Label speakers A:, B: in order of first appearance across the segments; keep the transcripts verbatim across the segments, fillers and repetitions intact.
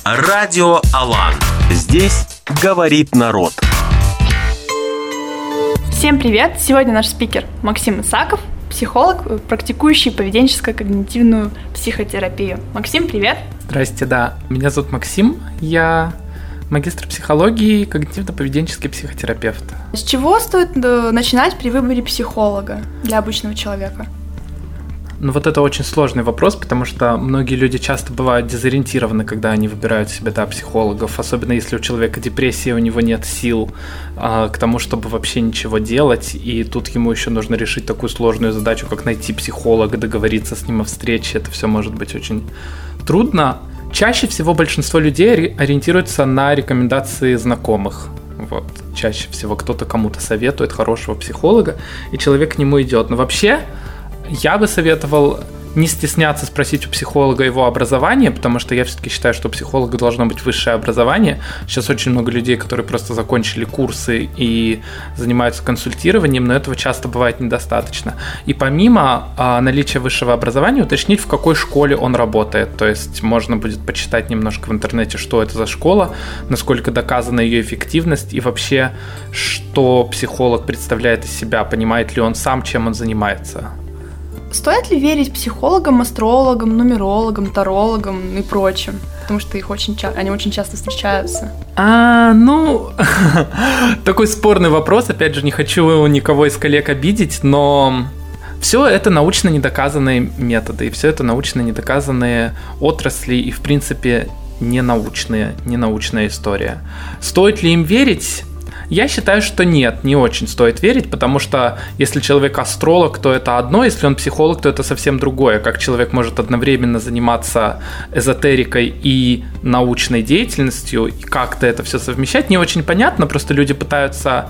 A: Радио Алан. Здесь говорит народ.
B: Всем привет! Сегодня наш спикер Максим Исаков, психолог, практикующий поведенческо-когнитивную психотерапию. Максим, привет!
C: Здрасте, да. Меня зовут Максим, я магистр психологии и когнитивно-поведенческий психотерапевт.
B: С чего стоит начинать при выборе психолога для обычного человека?
C: Ну вот это очень сложный вопрос, потому что многие люди часто бывают дезориентированы, когда они выбирают себе, да, психологов, особенно если у человека депрессия, у него нет сил а, к тому, чтобы вообще ничего делать, и тут ему еще нужно решить такую сложную задачу, как найти психолога, договориться с ним о встрече, это все может быть очень трудно. Чаще всего большинство людей ориентируются на рекомендации знакомых. Вот. Чаще всего кто-то кому-то советует хорошего психолога, и человек к нему идет. Но вообще я бы советовал не стесняться спросить у психолога его образование, потому что я все-таки считаю, что у психолога должно быть высшее образование. Сейчас очень много людей, которые просто закончили курсы и занимаются консультированием, но этого часто бывает недостаточно. И помимо а, наличия высшего образования, уточнить, в какой школе он работает. То есть можно будет почитать немножко в интернете, что это за школа, насколько доказана ее эффективность и вообще, что психолог представляет из себя, понимает ли он сам, чем он занимается.
B: Стоит ли верить психологам, астрологам, нумерологам, тарологам и прочим? Потому что их очень ча- они очень часто встречаются.
C: А, ну, такой спорный вопрос. Опять же, не хочу никого из коллег обидеть, но все это научно недоказанные методы, и все это научно недоказанные отрасли, и, в принципе, не научные, не научная история. Стоит ли им верить? Я считаю, что нет, не очень стоит верить, потому что если человек астролог, то это одно, если он психолог, то это совсем другое. Как человек может одновременно заниматься эзотерикой и научной деятельностью, и как-то это все совмещать, не очень понятно, просто люди пытаются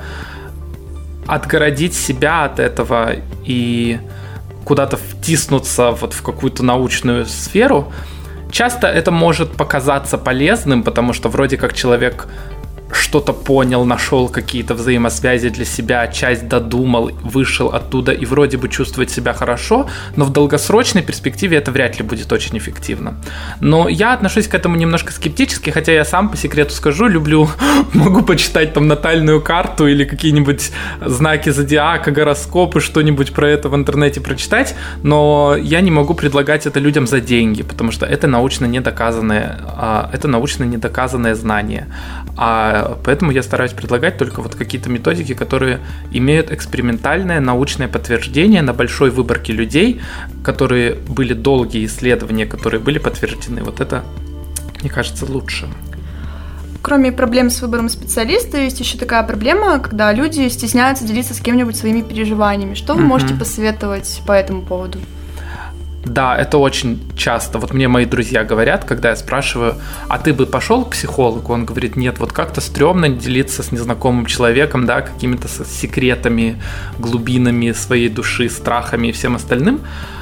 C: отгородить себя от этого и куда-то втиснуться вот в какую-то научную сферу. Часто это может показаться полезным, потому что вроде как человек что-то понял, нашел какие-то взаимосвязи для себя, часть додумал, вышел оттуда и вроде бы чувствует себя хорошо, но в долгосрочной перспективе это вряд ли будет очень эффективно. Но я отношусь к этому немножко скептически, хотя я сам по секрету скажу, люблю, могу почитать там натальную карту или какие-нибудь знаки зодиака, гороскопы, что-нибудь про это в интернете прочитать, но я не могу предлагать это людям за деньги, потому что это научно недоказанное, это научно недоказанное знание. А поэтому я стараюсь предлагать только вот какие-то методики, которые имеют экспериментальное научное подтверждение на большой выборке людей, которые были долгие исследования, которые были подтверждены. Вот это, мне кажется, лучше.
B: Кроме проблем с выбором специалиста, есть еще такая проблема, когда люди стесняются делиться с кем-нибудь своими переживаниями. Что вы mm-hmm. можете посоветовать по этому поводу?
C: Да, это очень часто. Вот мне мои друзья говорят, когда я спрашиваю, а ты бы пошел к психологу? Он говорит, нет, вот как-то стрёмно делиться с незнакомым человеком, да, какими-то секретами, глубинами своей души, страхами и всем остальным.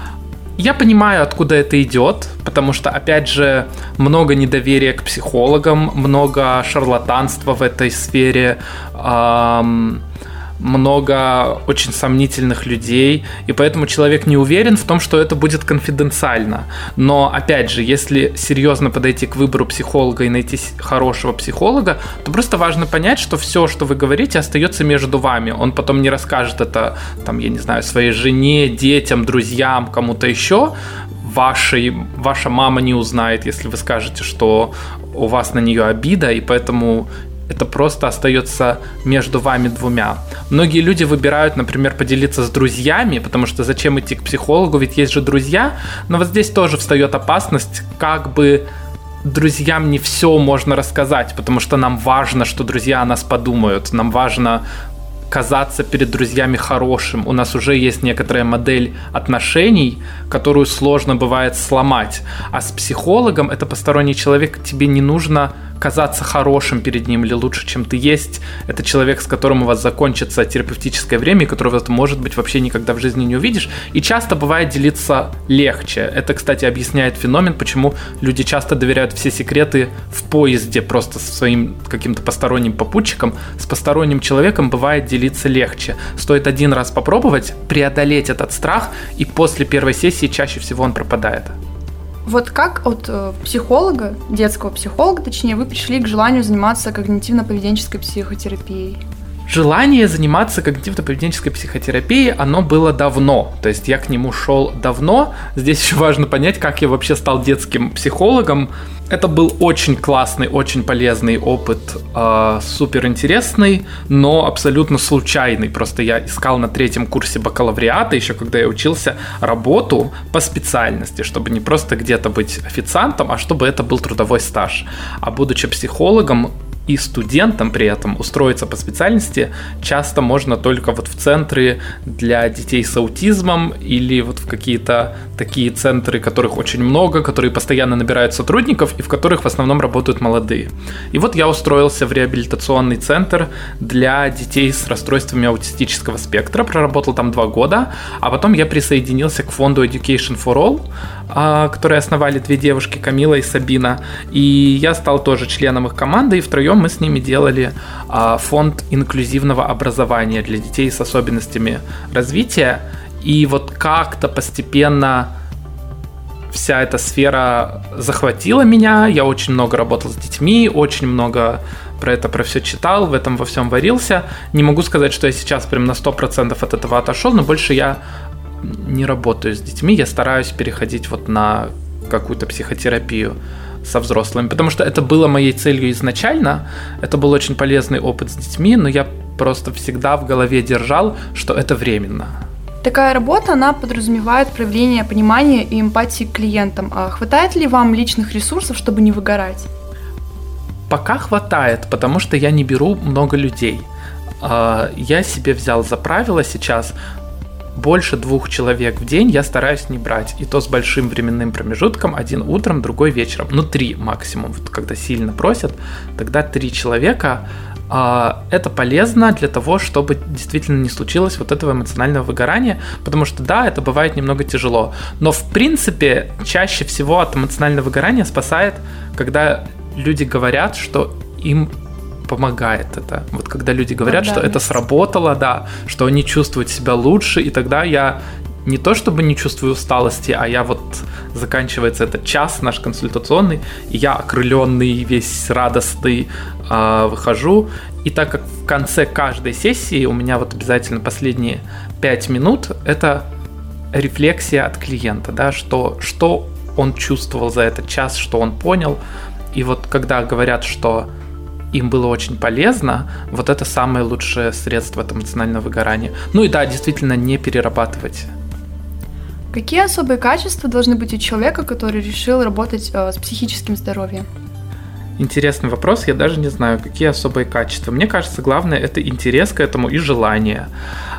C: Я понимаю, откуда это идет, потому что, опять же, много недоверия к психологам, много шарлатанства в этой сфере, эм, много очень сомнительных людей, и поэтому человек не уверен в том, что это будет конфиденциально. Но, опять же, если серьезно подойти к выбору психолога и найти хорошего психолога, то просто важно понять, что все, что вы говорите, остается между вами. Он потом не расскажет это, там, я не знаю, своей жене, детям, друзьям, кому-то еще. Вашей, ваша мама не узнает, если вы скажете, что у вас на нее обида, и поэтому это просто остается между вами двумя. Многие люди выбирают, например, поделиться с друзьями, потому что зачем идти к психологу, ведь есть же друзья. Но вот здесь тоже встает опасность, как бы друзьям не все можно рассказать, потому что нам важно, что друзья о нас подумают, нам важно казаться перед друзьями хорошим. У нас уже есть некоторая модель отношений, которую сложно бывает сломать. А с психологом, это посторонний человек, тебе не нужно казаться хорошим перед ним или лучше, чем ты есть. Это человек, с которым у вас закончится терапевтическое время, и которого ты, может быть, вообще никогда в жизни не увидишь. И часто бывает делиться легче. Это, кстати, объясняет феномен, почему люди часто доверяют все секреты в поезде просто со своим каким-то посторонним попутчиком. С посторонним человеком бывает делиться легче. Стоит один раз попробовать, преодолеть этот страх, и после первой сессии чаще всего он пропадает.
B: Вот как от психолога, детского психолога, точнее, вы пришли к желанию заниматься когнитивно-поведенческой психотерапией?
C: Желание заниматься когнитивно-поведенческой психотерапией, оно было давно, то есть я к нему шел давно. Здесь еще важно понять, как я вообще стал детским психологом. Это был очень классный, очень полезный опыт, э, супер интересный, но абсолютно случайный. Просто я искал на третьем курсе бакалавриата, еще когда я учился, работу по специальности, чтобы не просто где-то быть официантом, а чтобы это был трудовой стаж. А будучи психологом и студентам при этом устроиться по специальности часто можно только вот в центры для детей с аутизмом или вот в какие-то такие центры, которых очень много, которые постоянно набирают сотрудников и в которых в основном работают молодые. И вот я устроился в реабилитационный центр для детей с расстройствами аутистического спектра, проработал там два года, а потом я присоединился к фонду Education for All, который основали две девушки, Камила и Сабина, и я стал тоже членом их команды, и втроем мы с ними делали а, фонд инклюзивного образования для детей с особенностями развития. И вот как-то постепенно вся эта сфера захватила меня. Я очень много работал с детьми, очень много про это, про все читал, в этом во всем варился. Не могу сказать, что я сейчас прям на сто процентов от этого отошел, но больше я не работаю с детьми. Я стараюсь переходить вот на какую-то психотерапию со взрослыми, потому что это было моей целью изначально, это был очень полезный опыт с детьми, но я просто всегда в голове держал, что это временно.
B: Такая работа, она подразумевает проявление понимания и эмпатии к клиентам. А хватает ли вам личных ресурсов, чтобы не выгорать?
C: Пока хватает, потому что я не беру много людей. Я себе взял за правило сейчас больше двух человек в день я стараюсь не брать, и то с большим временным промежутком, один утром, другой вечером, ну три максимум, вот когда сильно просят, тогда три человека. Это полезно для того, чтобы действительно не случилось вот этого эмоционального выгорания, потому что да, это бывает немного тяжело, но в принципе чаще всего от эмоционального выгорания спасает, когда люди говорят, что им помогает это. Вот когда люди говорят, что это сработало, да, что они чувствуют себя лучше, и тогда я не то чтобы не чувствую усталости, а я вот, заканчивается этот час наш консультационный, и я окрыленный, весь радостный э, выхожу, и так как в конце каждой сессии у меня вот обязательно последние пять минут это рефлексия от клиента, да, что, что он чувствовал за этот час, что он понял, и вот когда говорят, что им было очень полезно, вот это самое лучшее средство от эмоционального выгорания. Ну и да, действительно, не перерабатывать.
B: Какие особые качества должны быть у человека, который решил работать э, с психическим здоровьем?
C: Интересный вопрос, я даже не знаю, какие особые качества. Мне кажется, главное это интерес к этому и желание.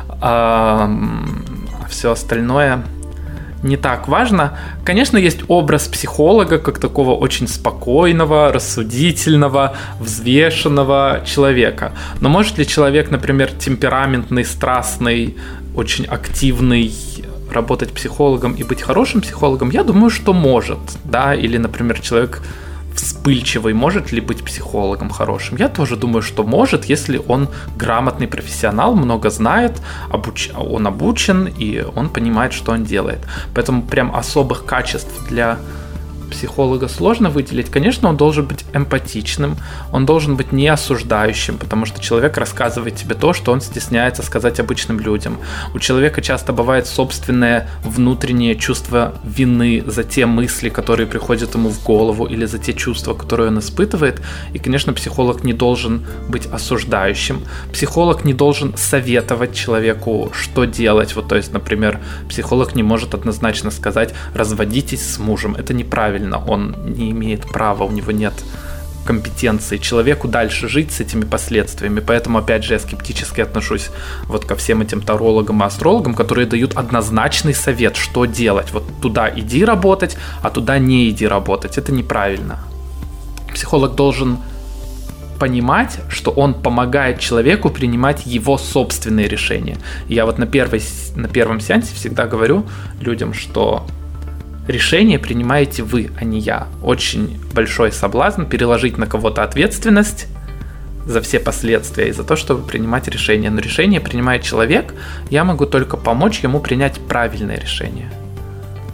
C: А все остальное не так важно. Конечно, есть образ психолога как такого очень спокойного, рассудительного, взвешенного человека. Но может ли человек, например, темпераментный, страстный, очень активный, работать психологом и быть хорошим психологом? Я думаю, что может, да, или, например, человек вспыльчивый может ли быть психологом хорошим? Я тоже думаю, что может, если он грамотный профессионал, много знает, обуч... он обучен и он понимает, что он делает. Поэтому прям особых качеств для психолога сложно выделить. Конечно, он должен быть эмпатичным, он должен быть не осуждающим, потому что человек рассказывает тебе то, что он стесняется сказать обычным людям. У человека часто бывает собственное внутреннее чувство вины за те мысли, которые приходят ему в голову, или за те чувства, которые он испытывает. И, конечно, психолог не должен быть осуждающим. Психолог не должен советовать человеку, что делать. Вот, то есть, например, психолог не может однозначно сказать: разводитесь с мужем. Это неправильно. Он не имеет права, у него нет компетенции человеку дальше жить с этими последствиями. Поэтому, опять же, я скептически отношусь вот ко всем этим тарологам и астрологам, которые дают однозначный совет, что делать. Вот туда иди работать, а туда не иди работать. Это неправильно. Психолог должен понимать, что он помогает человеку принимать его собственные решения. Я вот на, первой, на первом сеансе всегда говорю людям, что решение принимаете вы, а не я. Очень большой соблазн переложить на кого-то ответственность за все последствия и за то, чтобы принимать решение. Но решение принимает человек, я могу только помочь ему принять правильное решение.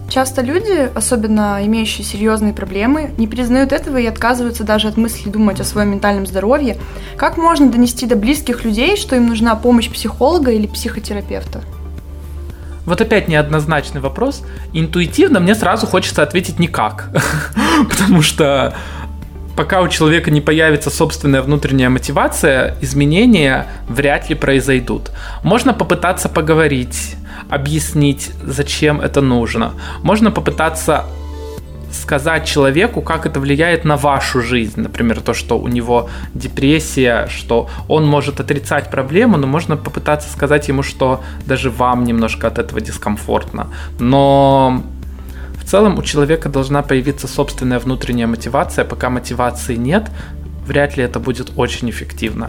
B: Часто люди, особенно имеющие серьезные проблемы, не признают этого и отказываются даже от мысли думать о своем ментальном здоровье. Как можно донести до близких людей, что им нужна помощь психолога или психотерапевта?
C: Вот опять неоднозначный вопрос. Интуитивно мне сразу хочется ответить никак. Потому что пока у человека не появится собственная внутренняя мотивация, изменения вряд ли произойдут. Можно попытаться поговорить, объяснить, зачем это нужно. Можно попытаться сказать человеку, как это влияет на вашу жизнь. Например, то, что у него депрессия, что он может отрицать проблему, но можно попытаться сказать ему, что даже вам немножко от этого дискомфортно. Но в целом у человека должна появиться собственная внутренняя мотивация. Пока мотивации нет, вряд ли это будет очень эффективно.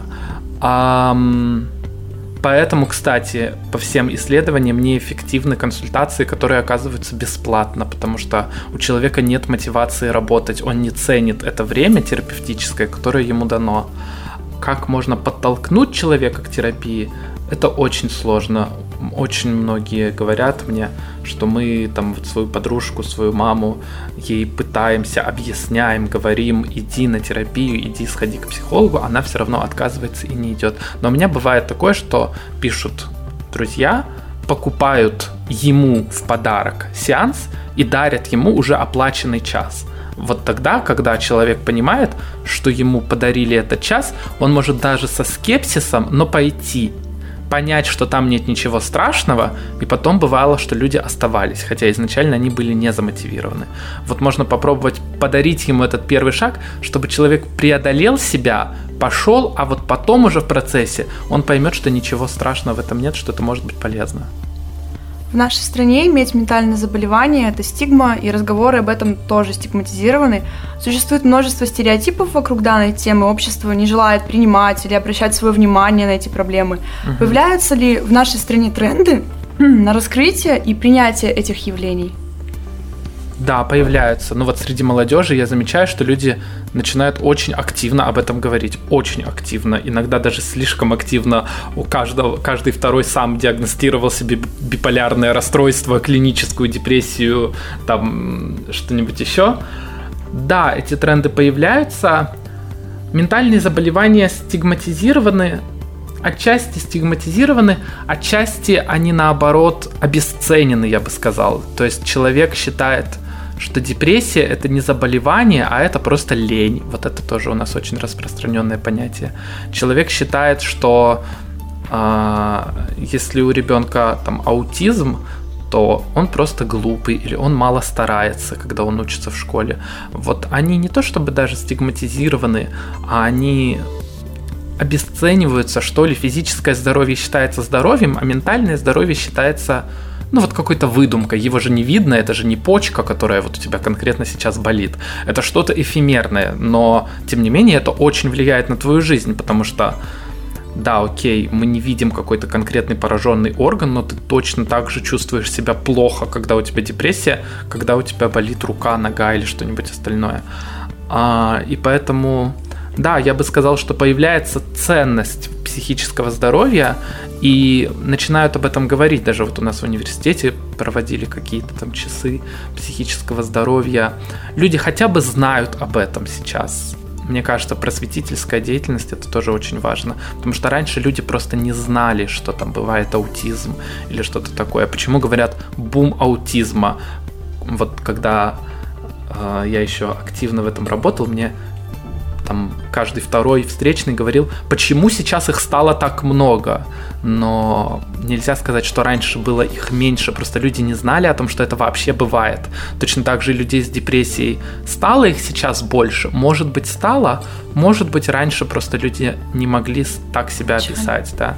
C: Поэтому, кстати, по всем исследованиям неэффективны консультации, которые оказываются бесплатно, потому что у человека нет мотивации работать, он не ценит это время терапевтическое, которое ему дано. Как можно подтолкнуть человека к терапии, это очень сложно. Очень многие говорят мне, что мы там вот свою подружку, свою маму, ей пытаемся, объясняем, говорим, иди на терапию, иди сходи к психологу, она все равно отказывается и не идет. Но у меня бывает такое, что пишут друзья, покупают ему в подарок сеанс и дарят ему уже оплаченный час. Вот тогда, когда человек понимает, что ему подарили этот час, он может даже со скепсисом, но пойти, понять, что там нет ничего страшного, и потом бывало, что люди оставались, хотя изначально они были не замотивированы. Вот можно попробовать подарить ему этот первый шаг, чтобы человек преодолел себя, пошел, а вот потом уже в процессе он поймет, что ничего страшного в этом нет, что это может быть полезно.
B: В нашей стране иметь ментальное заболевание – это стигма, и разговоры об этом тоже стигматизированы. Существует множество стереотипов вокруг данной темы, общество не желает принимать или обращать свое внимание на эти проблемы. Угу. Появляются ли в нашей стране тренды на раскрытие и принятие этих явлений?
C: Да, появляются. Но вот среди молодежи я замечаю, что люди начинают очень активно об этом говорить. Очень активно. Иногда даже слишком активно. У каждого, каждый второй сам диагностировал себе биполярное расстройство, клиническую депрессию, там что-нибудь еще. Да, эти тренды появляются. Ментальные заболевания стигматизированы. Отчасти стигматизированы, отчасти они, наоборот, обесценены, я бы сказал. То есть человек считает, что депрессия – это не заболевание, а это просто лень. Вот это тоже у нас очень распространенное понятие. Человек считает, что э, если у ребенка там аутизм, то он просто глупый или он мало старается, когда он учится в школе. Вот они не то чтобы даже стигматизированы, а они обесцениваются, что ли. Физическое здоровье считается здоровьем, а ментальное здоровье считается, ну, вот какой-то выдумкой. Его же не видно, это же не почка, которая вот у тебя конкретно сейчас болит. Это что-то эфемерное, но, тем не менее, это очень влияет на твою жизнь, потому что, да, окей, мы не видим какой-то конкретный пораженный орган, но ты точно так же чувствуешь себя плохо, когда у тебя депрессия, когда у тебя болит рука, нога или что-нибудь остальное. А, и поэтому... Да, я бы сказал, что появляется ценность психического здоровья, и начинают об этом говорить. Даже вот у нас в университете проводили какие-то там часы психического здоровья. Люди хотя бы знают об этом сейчас. Мне кажется, просветительская деятельность – это тоже очень важно, потому что раньше люди просто не знали, что там бывает аутизм или что-то такое. Почему говорят «бум аутизма»? Вот когда э, я еще активно в этом работал, мне там каждый второй встречный говорил, почему сейчас их стало так много. Но нельзя сказать, что раньше было их меньше, просто люди не знали о том, что это вообще бывает. Точно так же и людей с депрессией стало их сейчас больше. Может быть, стало, может быть, раньше просто люди не могли так себя описать, да.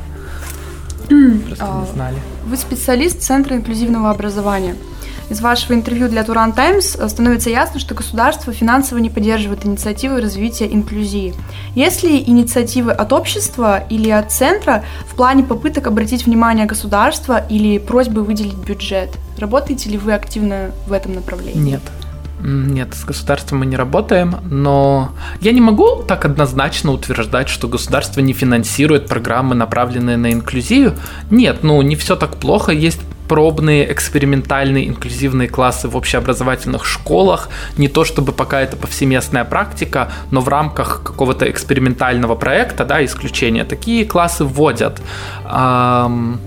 C: Просто не знали.
B: Вы специалист Центра инклюзивного образования. Из вашего интервью для Туран Таймс становится ясно, что государство финансово не поддерживает инициативы развития инклюзии. Есть ли инициативы от общества или от центра в плане попыток обратить внимание государства или просьбы выделить бюджет? Работаете ли вы активно в этом направлении?
C: Нет. Нет, с государством мы не работаем, но я не могу так однозначно утверждать, что государство не финансирует программы, направленные на инклюзию. Нет, ну не все так плохо, есть пробные, экспериментальные, инклюзивные классы в общеобразовательных школах. Не то чтобы пока это повсеместная практика, но в рамках какого-то экспериментального проекта, да, исключения, такие классы вводят. Эм...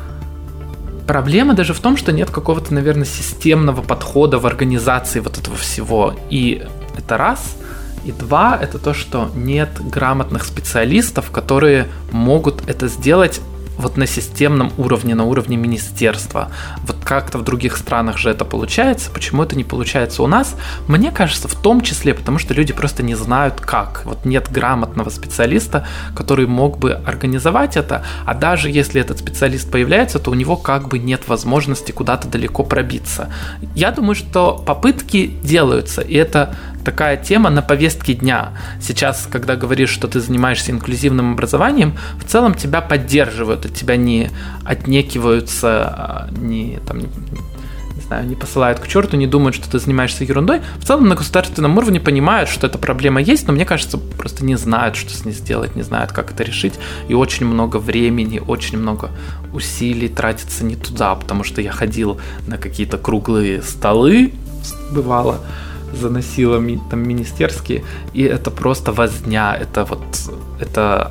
C: Проблема даже в том, что нет какого-то, наверное, системного подхода в организации вот этого всего. И это раз. И два, это то, что нет грамотных специалистов, которые могут это сделать вот на системном уровне, на уровне министерства. Вот как-то в других странах же это получается. Почему это не получается у нас? Мне кажется, в том числе, потому что люди просто не знают как. Вот нет грамотного специалиста, который мог бы организовать это, а даже если этот специалист появляется, то у него как бы нет возможности куда-то далеко пробиться. Я думаю, что попытки делаются, и это такая тема на повестке дня. Сейчас, когда говоришь, что ты занимаешься инклюзивным образованием, в целом тебя поддерживают, от тебя не отнекиваются, не, там, не знаю, не посылают к черту, не думают, что ты занимаешься ерундой. В целом на государственном уровне понимают, что эта проблема есть, но мне кажется, просто не знают, что с ней сделать, не знают, как это решить. И очень много времени, очень много усилий тратится не туда, потому что я ходил на какие-то круглые столы, бывало, заносила ми, там министерские, и это просто возня, это вот, это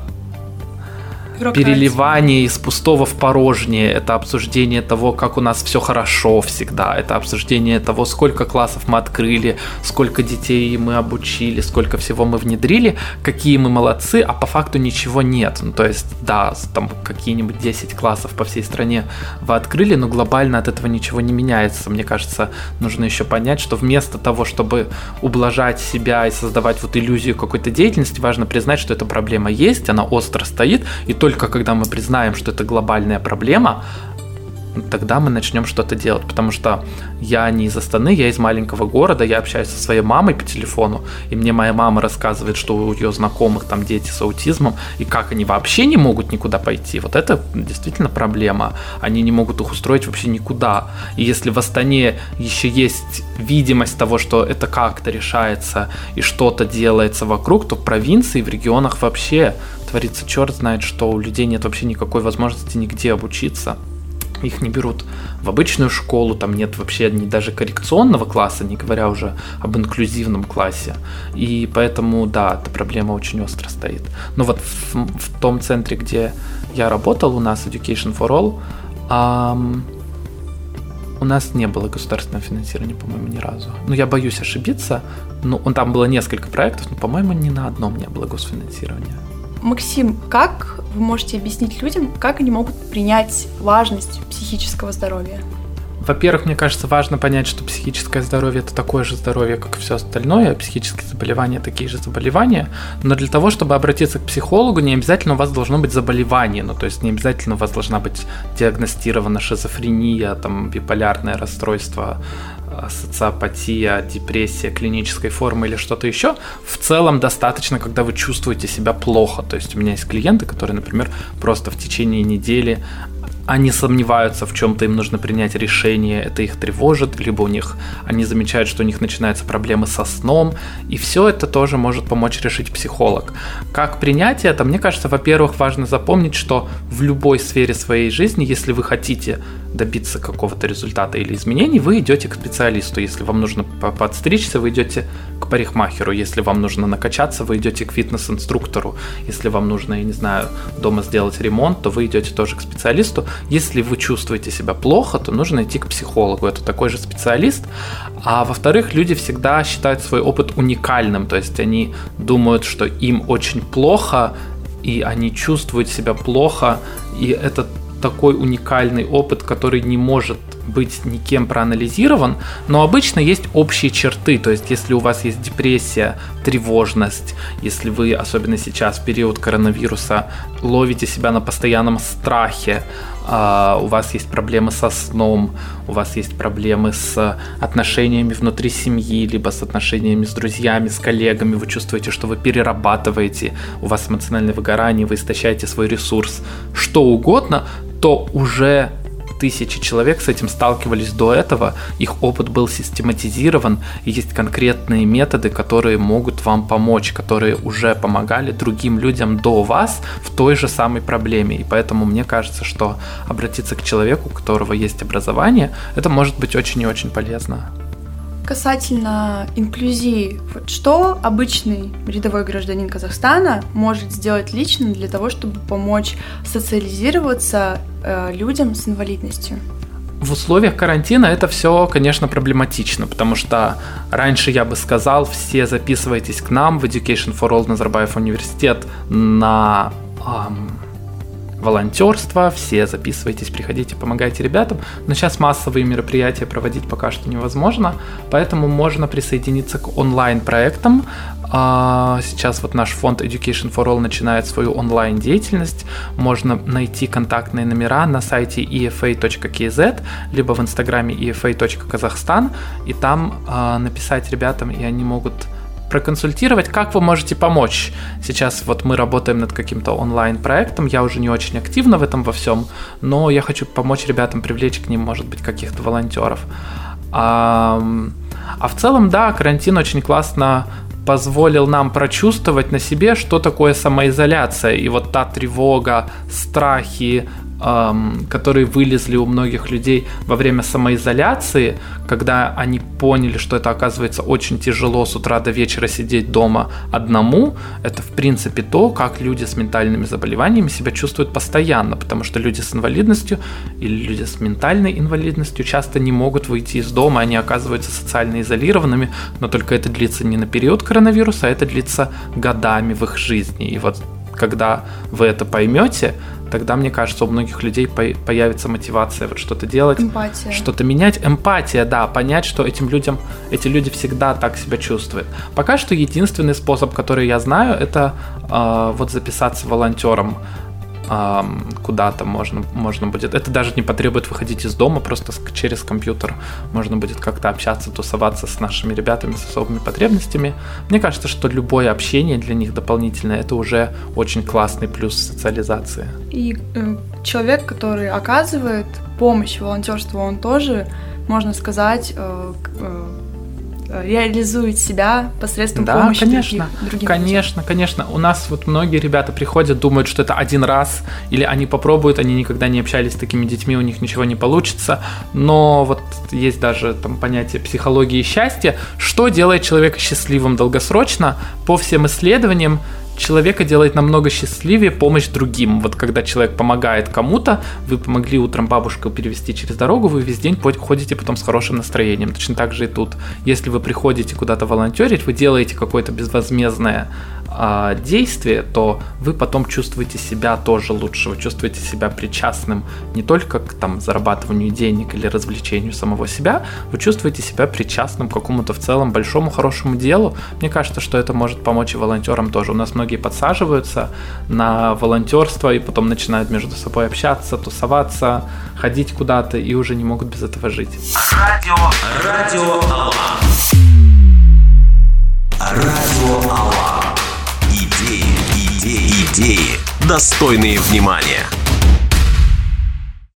C: переливание из пустого в порожнее, это обсуждение того, как у нас все хорошо всегда, это обсуждение того, сколько классов мы открыли, сколько детей мы обучили, сколько всего мы внедрили, какие мы молодцы, а по факту ничего нет. Ну, то есть, да, там какие-нибудь десять классов по всей стране вы открыли, но глобально от этого ничего не меняется. Мне кажется, нужно еще понять, что вместо того, чтобы ублажать себя и создавать вот иллюзию какой-то деятельности, важно признать, что эта проблема есть, она остро стоит, и только когда мы признаем, что это глобальная проблема, тогда мы начнем что-то делать, потому что я не из Астаны, я из маленького города, я общаюсь со своей мамой по телефону, и мне моя мама рассказывает, что у ее знакомых там дети с аутизмом, и как они вообще не могут никуда пойти. Вот это действительно проблема. Они не могут их устроить вообще никуда. И если в Астане еще есть видимость того, что это как-то решается и что-то делается вокруг, то в провинции, в регионах вообще творится черт знает что, у людей нет вообще никакой возможности нигде обучиться. Их не берут в обычную школу, там нет вообще ни даже коррекционного класса, не говоря уже об инклюзивном классе. И поэтому, да, эта проблема очень остро стоит. Но вот в, в том центре, где я работал, у нас Education for All, эм, у нас не было государственного финансирования, по-моему, ни разу. Ну, я боюсь ошибиться, но там было несколько проектов, но, по-моему, ни на одном не было госфинансирования.
B: Максим, как вы можете объяснить людям, как они могут принять важность психического здоровья?
C: Во-первых, мне кажется, важно понять, что психическое здоровье – это такое же здоровье, как и все остальное, психические заболевания – такие же заболевания, но для того, чтобы обратиться к психологу, не обязательно у вас должно быть заболевание, ну, то есть не обязательно у вас должна быть диагностирована шизофрения, там, биполярное расстройство, социопатия, депрессия клинической формы или что-то еще. В целом достаточно, когда вы чувствуете себя плохо. То есть у меня есть клиенты, которые, например, просто в течение недели они сомневаются в чем-то, им нужно принять решение, это их тревожит, либо у них, они замечают, что у них начинаются проблемы со сном, и все это тоже может помочь решить психолог. Как принять это? Мне кажется, во-первых, важно запомнить, что в любой сфере своей жизни, если вы хотите добиться какого-то результата или изменений, вы идете к специалисту. Если вам нужно подстричься, вы идете к парикмахеру. Если вам нужно накачаться, вы идете к фитнес-инструктору. Если вам нужно, я не знаю, дома сделать ремонт, то вы идете тоже к специалисту. Если вы чувствуете себя плохо, то нужно идти к психологу. Это такой же специалист. А во-вторых, люди всегда считают свой опыт уникальным. То есть они думают, что им очень плохо, и они чувствуют себя плохо, и это такой уникальный опыт, который не может быть никем проанализирован, но обычно есть общие черты, то есть если у вас есть депрессия, тревожность, если вы, особенно сейчас в период коронавируса, ловите себя на постоянном страхе, у вас есть проблемы со сном, у вас есть проблемы с отношениями внутри семьи, либо с отношениями с друзьями, с коллегами, вы чувствуете, что вы перерабатываете, у вас эмоциональное выгорание, вы истощаете свой ресурс, что угодно, то уже тысячи человек с этим сталкивались до этого, их опыт был систематизирован, и есть конкретные методы, которые могут вам помочь, которые уже помогали другим людям до вас в той же самой проблеме. И поэтому мне кажется, что обратиться к человеку, у которого есть образование, это может быть очень и очень полезно.
B: Касательно инклюзии, вот что обычный рядовой гражданин Казахстана может сделать лично для того, чтобы помочь социализироваться э, людям с инвалидностью?
C: В условиях карантина это все, конечно, проблематично, потому что раньше я бы сказал, все записывайтесь к нам в Education for All Назарбаев университет на эм, волонтерство, все записывайтесь, приходите, помогайте ребятам, но сейчас массовые мероприятия проводить пока что невозможно, поэтому можно присоединиться к онлайн-проектам. Сейчас вот наш фонд Education for All начинает свою онлайн-деятельность, можно найти контактные номера на сайте и эф эй точка кей зет, либо в инстаграме и эф эй точка казахстан, и там написать ребятам, и они могут проконсультировать, как вы можете помочь. Сейчас вот мы работаем над каким-то онлайн-проектом, я уже не очень активна в этом во всем, но я хочу помочь ребятам, привлечь к ним, может быть, каких-то волонтеров. А, а в целом, да, карантин очень классно позволил нам прочувствовать на себе, что такое самоизоляция, и вот та тревога, страхи, которые вылезли у многих людей во время самоизоляции, когда они поняли, что это, оказывается, очень тяжело с утра до вечера сидеть дома одному, это, в принципе, то, как люди с ментальными заболеваниями себя чувствуют постоянно, потому что люди с инвалидностью или люди с ментальной инвалидностью часто не могут выйти из дома, они оказываются социально изолированными, но только это длится не на период коронавируса, а это длится годами в их жизни. И вот когда вы это поймете, тогда, мне кажется, у многих людей появится мотивация вот что-то делать,
B: эмпатия. Что-то
C: менять. Эмпатия, да, понять, что этим людям, эти люди всегда так себя чувствуют. Пока что единственный способ, который я знаю, это э, вот записаться волонтером э, куда-то можно, можно будет. Это даже не потребует выходить из дома, просто через компьютер можно будет как-то общаться, тусоваться с нашими ребятами с особыми потребностями. Мне кажется, что любое общение для них дополнительное, это уже очень классный плюс социализации.
B: И э, человек, который оказывает помощь волонтерству, он тоже, можно сказать, э, э, реализует себя посредством
C: да,
B: помощи
C: конечно,
B: других, другим
C: конечно,
B: людям.
C: Конечно. У нас вот многие ребята приходят, думают, что это один раз, или они попробуют, они никогда не общались с такими детьми, у них ничего не получится. Но вот есть даже там понятие психологии счастья. Что делает человека счастливым долгосрочно? По всем исследованиям, человека делает намного счастливее помощь другим. Вот когда человек помогает кому-то, вы помогли утром бабушку перевести через дорогу, вы весь день ходите потом с хорошим настроением. Точно так же и тут. Если вы приходите куда-то волонтерить, вы делаете какое-то безвозмездное а, действие, то вы потом чувствуете себя тоже лучше, вы чувствуете себя причастным не только к там, зарабатыванию денег или развлечению самого себя, вы чувствуете себя причастным к какому-то в целом большому хорошему делу. Мне кажется, что это может помочь и волонтерам тоже. У нас многие подсаживаются на волонтерство и потом начинают между собой общаться, тусоваться, ходить куда-то и уже не могут без этого жить.
A: Радио, радио Алан. Радио Алан. Идеи, идеи, идеи, достойные внимания.